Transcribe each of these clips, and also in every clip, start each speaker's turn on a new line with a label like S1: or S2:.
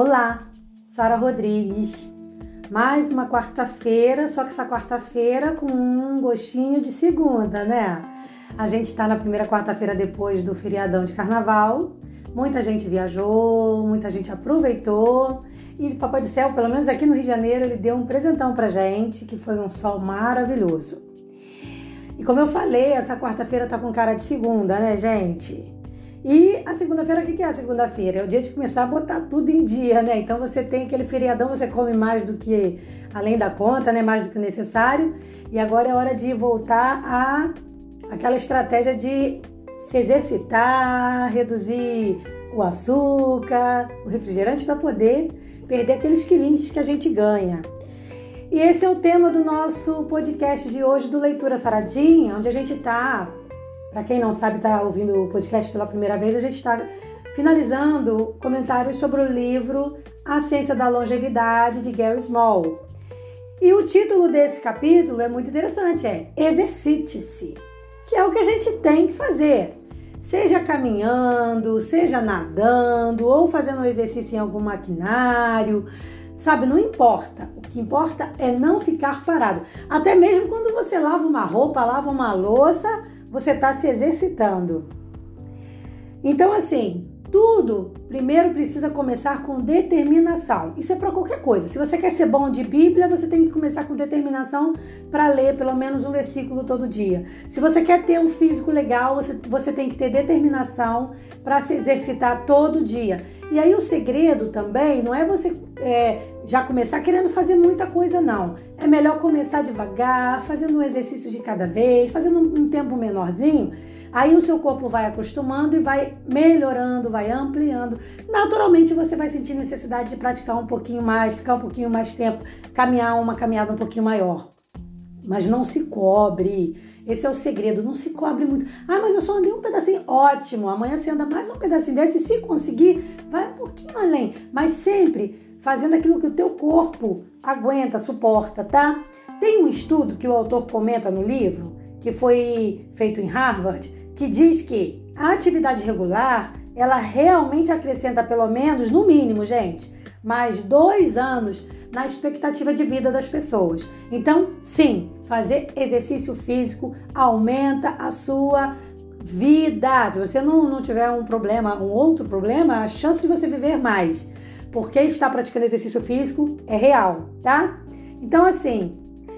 S1: Olá, Sara Rodrigues. Mais uma quarta-feira, só que essa quarta-feira com um gostinho de segunda, né? A gente está na primeira quarta-feira depois do feriadão de carnaval. Muita gente viajou, muita gente aproveitou. E Papai do Céu, pelo menos aqui no Rio de Janeiro, ele deu um presentão pra gente, que foi um sol maravilhoso. E como eu falei, essa quarta-feira tá com cara de segunda, né, gente? E a segunda-feira, o que é a segunda-feira? É o dia de começar a botar tudo em dia, né? Então você tem aquele feriadão, você come mais do que, além da conta, né? Mais do que o necessário. E agora é hora de voltar a aquela estratégia de se exercitar, reduzir o açúcar, o refrigerante para poder perder aqueles quilinhos que a gente ganha. E esse é o tema do nosso podcast de hoje do Leitura Saradinha, onde a gente está... Para quem não sabe, está ouvindo o podcast pela primeira vez, a gente está finalizando comentários sobre o livro A Ciência da Longevidade, de Gary Small. E o título desse capítulo é muito interessante, é Exercite-se, que é o que a gente tem que fazer. Seja caminhando, seja nadando, ou fazendo um exercício em algum maquinário, sabe? Não importa. O que importa é não ficar parado. Até mesmo quando você lava uma roupa, lava uma louça, você está se exercitando. Então, assim, tudo primeiro precisa começar com determinação. Isso é para qualquer coisa. Se você quer ser bom de Bíblia, você tem que começar com determinação para ler pelo menos um versículo todo dia. Se você quer ter um físico legal, você tem que ter determinação para se exercitar todo dia. E aí o segredo também não é você já começar querendo fazer muita coisa, não. É melhor começar devagar, fazendo um exercício de cada vez, fazendo um tempo menorzinho. Aí o seu corpo vai acostumando e vai melhorando, vai ampliando. Naturalmente você vai sentir necessidade de praticar um pouquinho mais, ficar um pouquinho mais tempo, caminhar uma caminhada um pouquinho maior. Mas não se cobre. Esse é o segredo, não se cobre muito. Ah, mas eu só andei um pedacinho. Ótimo, amanhã você anda mais um pedacinho desse. E se conseguir, vai um pouquinho além. Mas sempre fazendo aquilo que o teu corpo aguenta, suporta, tá? Tem um estudo que o autor comenta no livro, que foi feito em Harvard, que diz que a atividade regular, ela realmente acrescenta pelo menos, no mínimo, gente, mais 2 anos na expectativa de vida das pessoas. Então, sim, fazer exercício físico aumenta a sua vida. Se você não tiver um outro problema, a chance de você viver mais, porque estar praticando exercício físico é real, tá? Então, assim,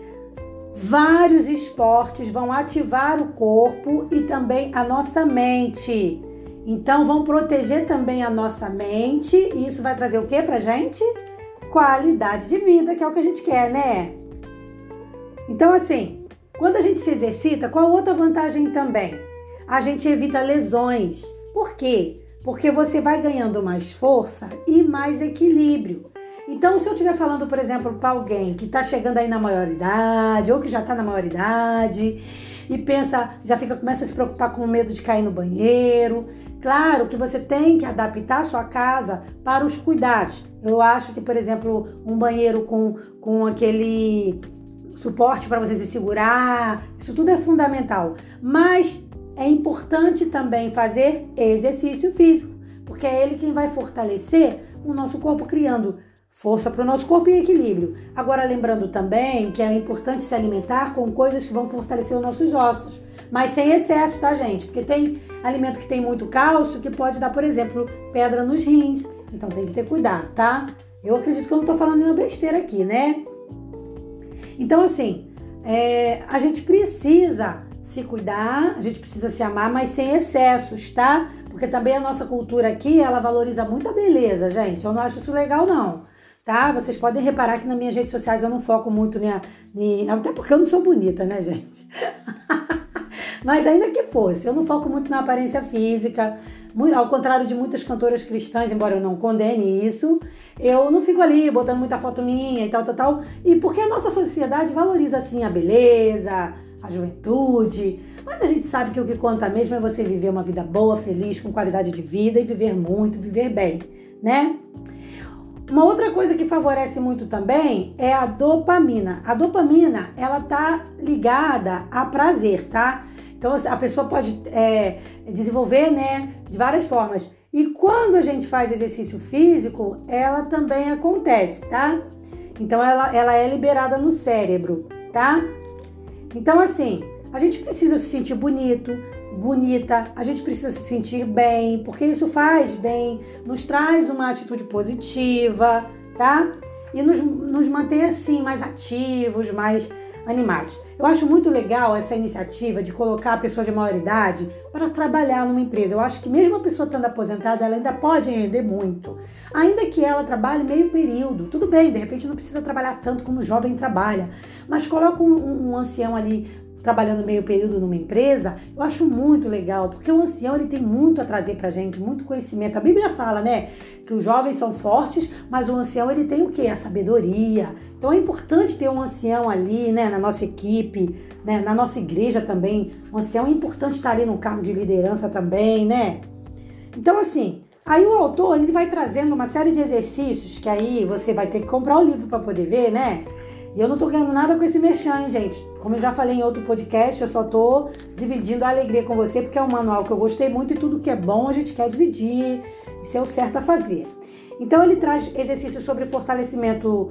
S1: vários esportes vão ativar o corpo e também a nossa mente. Então, vão proteger também a nossa mente. E isso vai trazer o quê pra gente? Qualidade de vida, que é o que a gente quer, né? Então, assim, quando a gente se exercita, qual outra vantagem também? A gente evita lesões. Por quê? Porque você vai ganhando mais força e mais equilíbrio. Então, se eu estiver falando, por exemplo, para alguém que está chegando aí na maioridade ou que já está na maioridade e começa a se preocupar com medo de cair no banheiro, claro que você tem que adaptar a sua casa para os cuidados. Eu acho que, por exemplo, um banheiro com aquele suporte para você se segurar, isso tudo é fundamental. Mas é importante também fazer exercício físico, porque é ele quem vai fortalecer o nosso corpo, criando força para o nosso corpo e equilíbrio. Agora, lembrando também que é importante se alimentar com coisas que vão fortalecer os nossos ossos, mas sem excesso, tá, gente? Porque tem alimento que tem muito cálcio que pode dar, por exemplo, pedra nos rins. Então tem que ter cuidado, tá? Eu acredito que eu não tô falando nenhuma besteira aqui, né? Então, assim, a gente precisa se cuidar, a gente precisa se amar, mas sem excessos, tá? Porque também a nossa cultura aqui, ela valoriza muito a beleza, gente. Eu não acho isso legal, não. Tá? Vocês podem reparar que nas minhas redes sociais eu não foco muito até porque eu não sou bonita, né, gente? Mas ainda que fosse, eu não foco muito na aparência física, ao contrário de muitas cantoras cristãs, embora eu não condene isso, eu não fico ali botando muita foto minha e tal, e porque a nossa sociedade valoriza, assim, a beleza, a juventude, mas a gente sabe que o que conta mesmo é você viver uma vida boa, feliz, com qualidade de vida e viver muito, viver bem, né? Uma outra coisa que favorece muito também é a dopamina. A dopamina, ela tá ligada a prazer, tá? Então, a pessoa pode desenvolver, né, de várias formas, E quando a gente faz exercício físico, ela também acontece, tá? Então, ela é liberada no cérebro, tá? Então, assim, a gente precisa se sentir bonita, a gente precisa se sentir bem, porque isso faz bem, nos traz uma atitude positiva, tá? E nos mantém, assim, mais ativos, mais animados. Eu acho muito legal essa iniciativa de colocar a pessoa de maior idade para trabalhar numa empresa. Eu acho que mesmo a pessoa estando aposentada, ela ainda pode render muito. Ainda que ela trabalhe meio período. Tudo bem, de repente não precisa trabalhar tanto como o jovem trabalha. Mas coloca um ancião ali trabalhando meio período numa empresa, eu acho muito legal, porque o ancião ele tem muito a trazer pra gente, muito conhecimento. A Bíblia fala, né, que os jovens são fortes, mas o ancião ele tem o quê? A sabedoria. Então é importante ter um ancião ali, né, na nossa equipe, né, na nossa igreja também. O ancião é importante estar ali no cargo de liderança também, né? Então assim, aí o autor ele vai trazendo uma série de exercícios que aí você vai ter que comprar o livro para poder ver, né? E eu não tô ganhando nada com esse merchan, hein, gente? Como eu já falei em outro podcast, eu só tô dividindo a alegria com você, porque é um manual que eu gostei muito e tudo que é bom a gente quer dividir. Isso é o certo a fazer. Então, ele traz exercícios sobre fortalecimento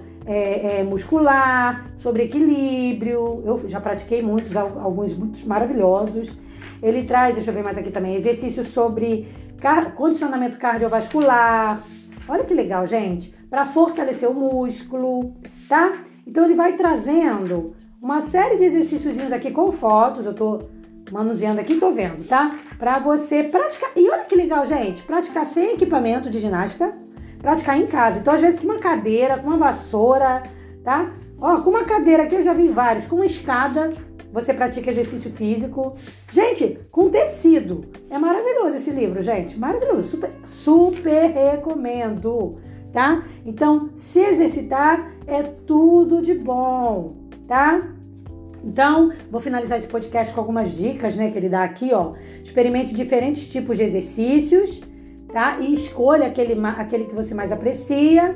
S1: muscular, sobre equilíbrio. Eu já pratiquei muitos, alguns muito maravilhosos. Ele traz, deixa eu ver mais aqui também, exercícios sobre condicionamento cardiovascular. Olha que legal, gente. Para fortalecer o músculo, tá? Então, ele vai trazendo uma série de exercíciozinhos aqui com fotos. Eu tô manuseando aqui, tô vendo, tá? Pra você praticar. E olha que legal, gente. Praticar sem equipamento de ginástica. Praticar em casa. Então, às vezes, com uma cadeira, com uma vassoura, tá? Ó, com uma cadeira aqui eu já vi vários. Com uma escada, você pratica exercício físico. Gente, com tecido. É maravilhoso esse livro, gente. Maravilhoso. Super, super recomendo. Tá? Então, se exercitar é tudo de bom, tá? Então, vou finalizar esse podcast com algumas dicas, né, que ele dá aqui, ó. Experimente diferentes tipos de exercícios, tá? E escolha aquele que você mais aprecia.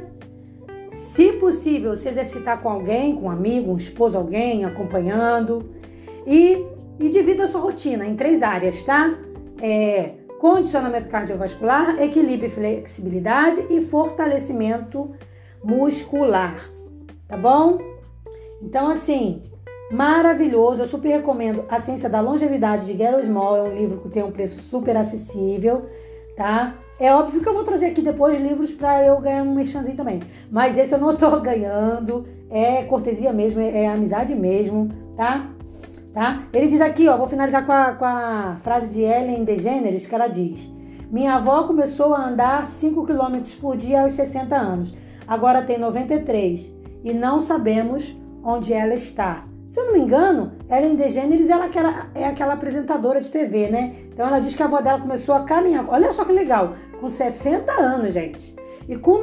S1: Se possível, se exercitar com alguém, com um amigo, um esposo, alguém, acompanhando. E divida a sua rotina em 3 áreas, tá? Condicionamento cardiovascular, equilíbrio e flexibilidade e fortalecimento muscular, tá bom? Então, assim, maravilhoso, eu super recomendo A Ciência da Longevidade de Gary Small, é um livro que tem um preço super acessível, tá? É óbvio que eu vou trazer aqui depois livros para eu ganhar um merchanzinho também, mas esse eu não tô ganhando, é cortesia mesmo, é amizade mesmo, tá? Tá? Ele diz aqui, ó, vou finalizar com a frase de Ellen DeGeneres, que ela diz: minha avó começou a andar 5 km por dia aos 60 anos. Agora tem 93 e não sabemos onde ela está. Se eu não me engano, Ellen DeGeneres ela é aquela apresentadora de TV, né? Então ela diz que a avó dela começou a caminhar. Olha só que legal, com 60 anos, gente. E com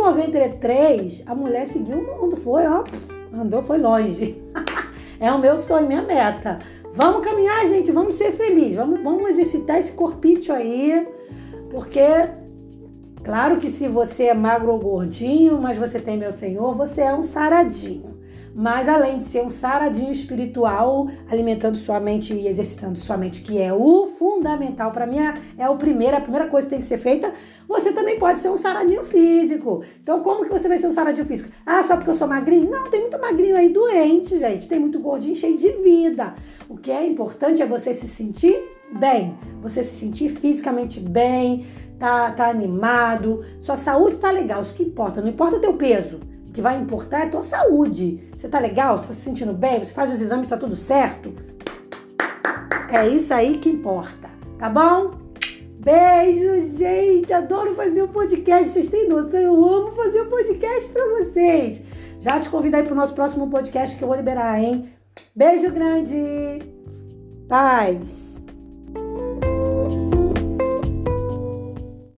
S1: 93, a mulher seguiu o mundo, foi, ó, andou, foi longe. É o meu sonho, minha meta. Vamos caminhar, gente, vamos ser felizes, vamos exercitar esse corpício aí, porque, claro que se você é magro ou gordinho, mas você tem meu Senhor, você é um saradinho. Mas além de ser um saradinho espiritual, alimentando sua mente e exercitando sua mente, que é o fundamental, para mim é a primeira coisa que tem que ser feita, você também pode ser um saradinho físico. Então como que você vai ser um saradinho físico? Ah, só porque eu sou magrinho? Não, tem muito magrinho aí doente, gente, tem muito gordinho cheio de vida. O que é importante é você se sentir bem, você se sentir fisicamente bem, tá animado, sua saúde tá legal, isso que importa, não importa o teu peso. O que vai importar é a tua saúde. Você tá legal? Você tá se sentindo bem? Você faz os exames, tá tudo certo? É isso aí que importa, tá bom? Beijo, gente! Adoro fazer um podcast, vocês têm noção? Eu amo fazer um podcast pra vocês. Já te convido aí pro nosso próximo podcast que eu vou liberar, hein? Beijo grande! Paz!